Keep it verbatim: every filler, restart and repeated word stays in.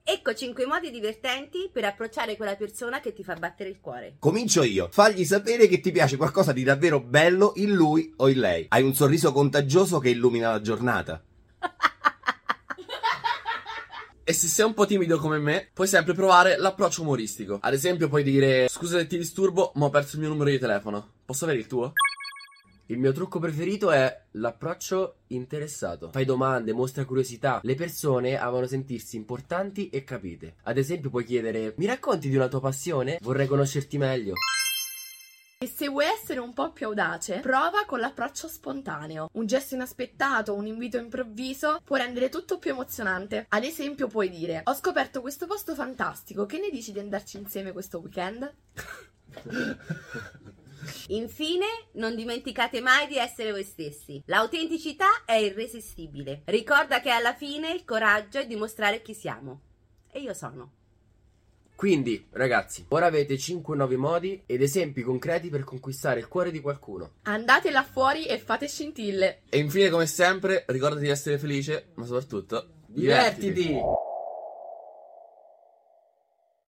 Ecco cinque modi divertenti per approcciare quella persona che ti fa battere il cuore. Comincio io. Fagli sapere che ti piace qualcosa di davvero bello in lui o in lei. Hai un sorriso contagioso che illumina la giornata. E se sei un po' timido come me, puoi sempre provare l'approccio umoristico. Ad esempio puoi dire: scusa se ti disturbo, ma ho perso il mio numero di telefono. Posso avere il tuo? Il mio trucco preferito è l'approccio interessato. Fai domande, mostra curiosità. Le persone amano sentirsi importanti e capite. Ad esempio puoi chiedere: mi racconti di una tua passione? Vorrei conoscerti meglio. E se vuoi essere un po' più audace, prova con l'approccio spontaneo. Un gesto inaspettato, un invito improvviso può rendere tutto più emozionante. Ad esempio puoi dire: ho scoperto questo posto fantastico, che ne dici di andarci insieme questo weekend? Infine, non dimenticate mai di essere voi stessi. L'autenticità è irresistibile. Ricorda che alla fine il coraggio è dimostrare chi siamo. E io sono. Quindi, ragazzi, ora avete cinque nuovi modi ed esempi concreti per conquistare il cuore di qualcuno. Andate là fuori e fate scintille. E infine, come sempre, ricordati di essere felice, ma soprattutto Divertiti! divertiti.